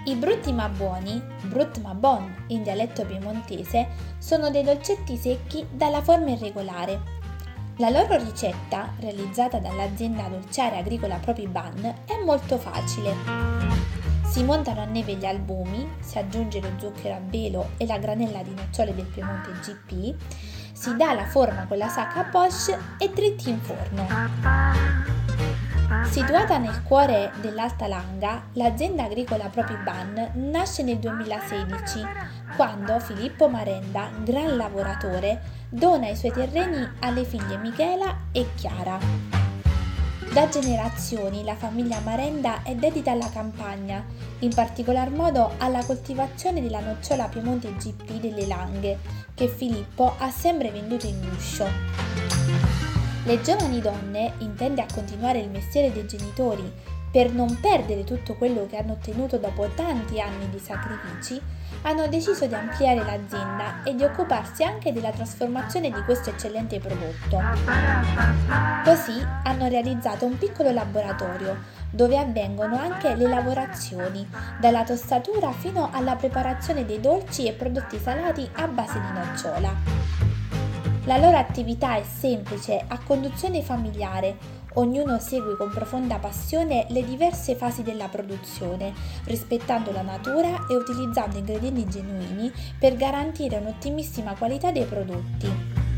I brutti ma buoni, brut ma bon in dialetto piemontese, sono dei dolcetti secchi dalla forma irregolare. La loro ricetta, realizzata dall'azienda dolciaria agricola Propiban, è molto facile. Si montano a neve gli albumi, si aggiunge lo zucchero a velo e la granella di nocciole del Piemonte GP, si dà la forma con la sacca Bosch e dritti in forno. Situata nel cuore dell'Alta Langa, l'azienda agricola Propiban nasce nel 2016, quando Filippo Marenda, gran lavoratore, dona i suoi terreni alle figlie Michela e Chiara. Da generazioni la famiglia Marenda è dedita alla campagna, in particolar modo alla coltivazione della nocciola Piemonte GP delle Langhe, che Filippo ha sempre venduto in guscio. Le giovani donne, intente a continuare il mestiere dei genitori per non perdere tutto quello che hanno ottenuto dopo tanti anni di sacrifici, hanno deciso di ampliare l'azienda e di occuparsi anche della trasformazione di questo eccellente prodotto. Così hanno realizzato un piccolo laboratorio dove avvengono anche le lavorazioni, dalla tostatura fino alla preparazione dei dolci e prodotti salati a base di nocciola. La loro attività è semplice, a conduzione familiare. Ognuno segue con profonda passione le diverse fasi della produzione, rispettando la natura e utilizzando ingredienti genuini per garantire un'ottimissima qualità dei prodotti.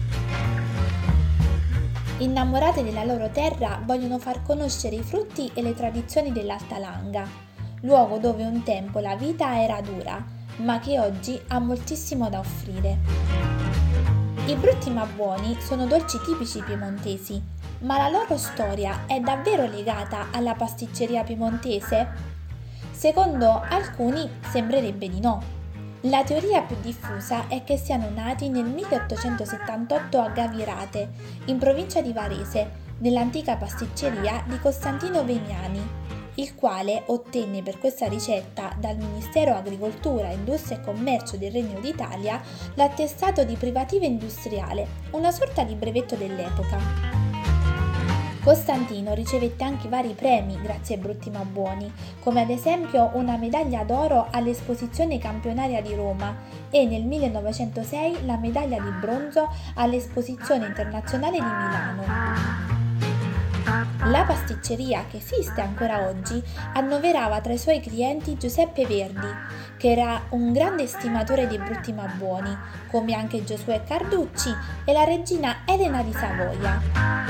Innamorate della loro terra, vogliono far conoscere i frutti e le tradizioni dell'Alta Langa, luogo dove un tempo la vita era dura, ma che oggi ha moltissimo da offrire. I brutti ma buoni sono dolci tipici piemontesi, ma la loro storia è davvero legata alla pasticceria piemontese? Secondo alcuni sembrerebbe di no. La teoria più diffusa è che siano nati nel 1878 a Gavirate, in provincia di Varese, nell'antica pasticceria di Costantino Veniani, il quale ottenne per questa ricetta dal Ministero Agricoltura, Industria e Commercio del Regno d'Italia l'attestato di privativa industriale, una sorta di brevetto dell'epoca. Costantino ricevette anche vari premi grazie ai brutti ma buoni, come ad esempio una medaglia d'oro all'Esposizione Campionaria di Roma e nel 1906 la medaglia di bronzo all'Esposizione Internazionale di Milano. La pasticceria, che esiste ancora oggi, annoverava tra i suoi clienti Giuseppe Verdi, che era un grande estimatore dei brutti ma buoni, come anche Giosuè Carducci e la regina Elena di Savoia.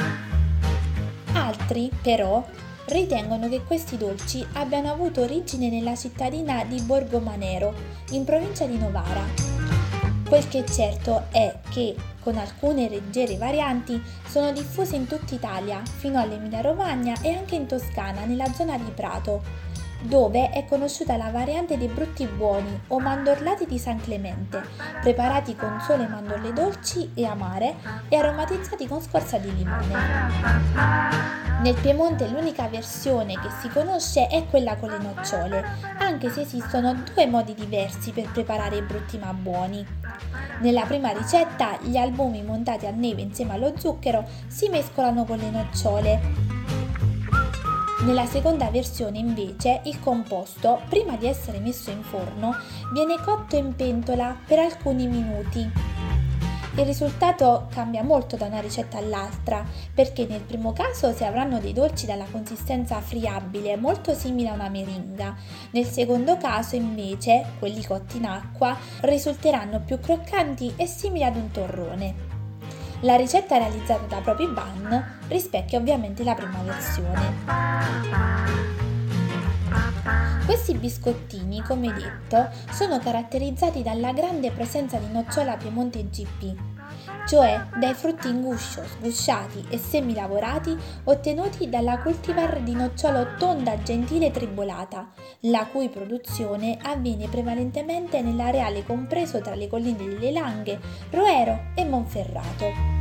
Altri, però, ritengono che questi dolci abbiano avuto origine nella cittadina di Borgomanero, in provincia di Novara. Quel che è certo è che, con alcune leggere varianti, sono diffusi in tutta Italia, fino all'Emilia-Romagna e anche in Toscana, nella zona di Prato, dove è conosciuta la variante dei brutti buoni o mandorlati di San Clemente, preparati con sole mandorle dolci e amare e aromatizzati con scorza di limone. Nel Piemonte l'unica versione che si conosce è quella con le nocciole, anche se esistono due modi diversi per preparare i brutti ma buoni. Nella prima ricetta gli albumi montati a neve insieme allo zucchero si mescolano con le nocciole. Nella seconda versione invece il composto, prima di essere messo in forno, viene cotto in pentola per alcuni minuti. Il risultato cambia molto da una ricetta all'altra, perché nel primo caso si avranno dei dolci dalla consistenza friabile, molto simile a una meringa. Nel secondo caso invece, quelli cotti in acqua, risulteranno più croccanti e simili ad un torrone. La ricetta realizzata da Propiban rispecchia ovviamente la prima versione. Questi biscottini, come detto, sono caratterizzati dalla grande presenza di nocciola Piemonte GP, cioè dai frutti in guscio, sgusciati e semilavorati ottenuti dalla cultivar di nocciolo tonda gentile tribolata, la cui produzione avviene prevalentemente nell'areale compreso tra le colline delle Langhe, Roero e Monferrato.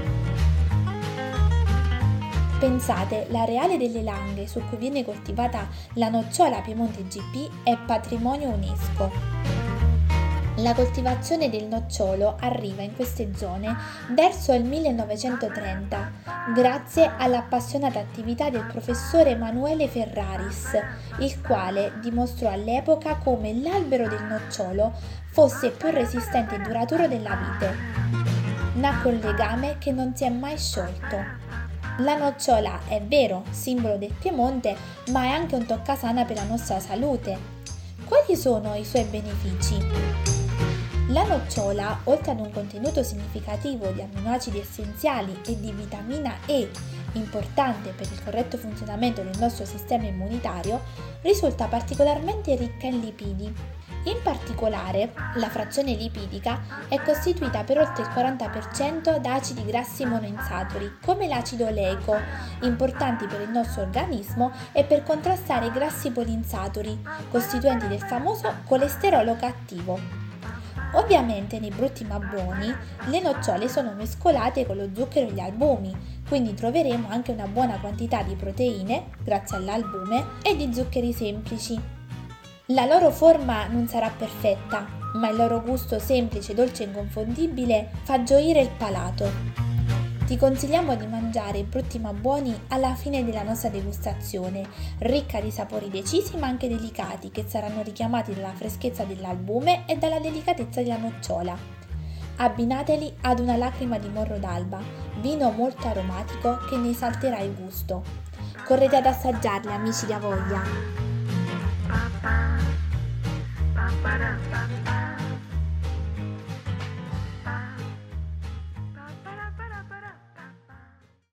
Pensate, l'areale delle Langhe su cui viene coltivata la nocciola Piemonte GP è patrimonio UNESCO. La coltivazione del nocciolo arriva in queste zone verso il 1930, grazie all'appassionata attività del professore Emanuele Ferraris, il quale dimostrò all'epoca come l'albero del nocciolo fosse più resistente e duraturo della vite. Nacque un legame che non si è mai sciolto. La nocciola è vero, simbolo del Piemonte, ma è anche un toccasana per la nostra salute. Quali sono i suoi benefici? La nocciola, oltre ad un contenuto significativo di amminoacidi essenziali e di vitamina E, importante per il corretto funzionamento del nostro sistema immunitario, risulta particolarmente ricca in lipidi. In particolare, la frazione lipidica è costituita per oltre il 40% da acidi grassi monoinsaturi, come l'acido oleico, importanti per il nostro organismo e per contrastare i grassi polinsaturi, costituenti del famoso colesterolo cattivo. Ovviamente nei brutti ma buoni le nocciole sono mescolate con lo zucchero e gli albumi, quindi troveremo anche una buona quantità di proteine, grazie all'albume, e di zuccheri semplici. La loro forma non sarà perfetta, ma il loro gusto semplice, dolce e inconfondibile fa gioire il palato. Ti consigliamo di mangiare i brutti ma buoni alla fine della nostra degustazione, ricca di sapori decisi ma anche delicati, che saranno richiamati dalla freschezza dell'albume e dalla delicatezza della nocciola. Abbinateli ad una lacrima di morro d'alba, vino molto aromatico che ne esalterà il gusto. Correte ad assaggiarli, amici da voglia!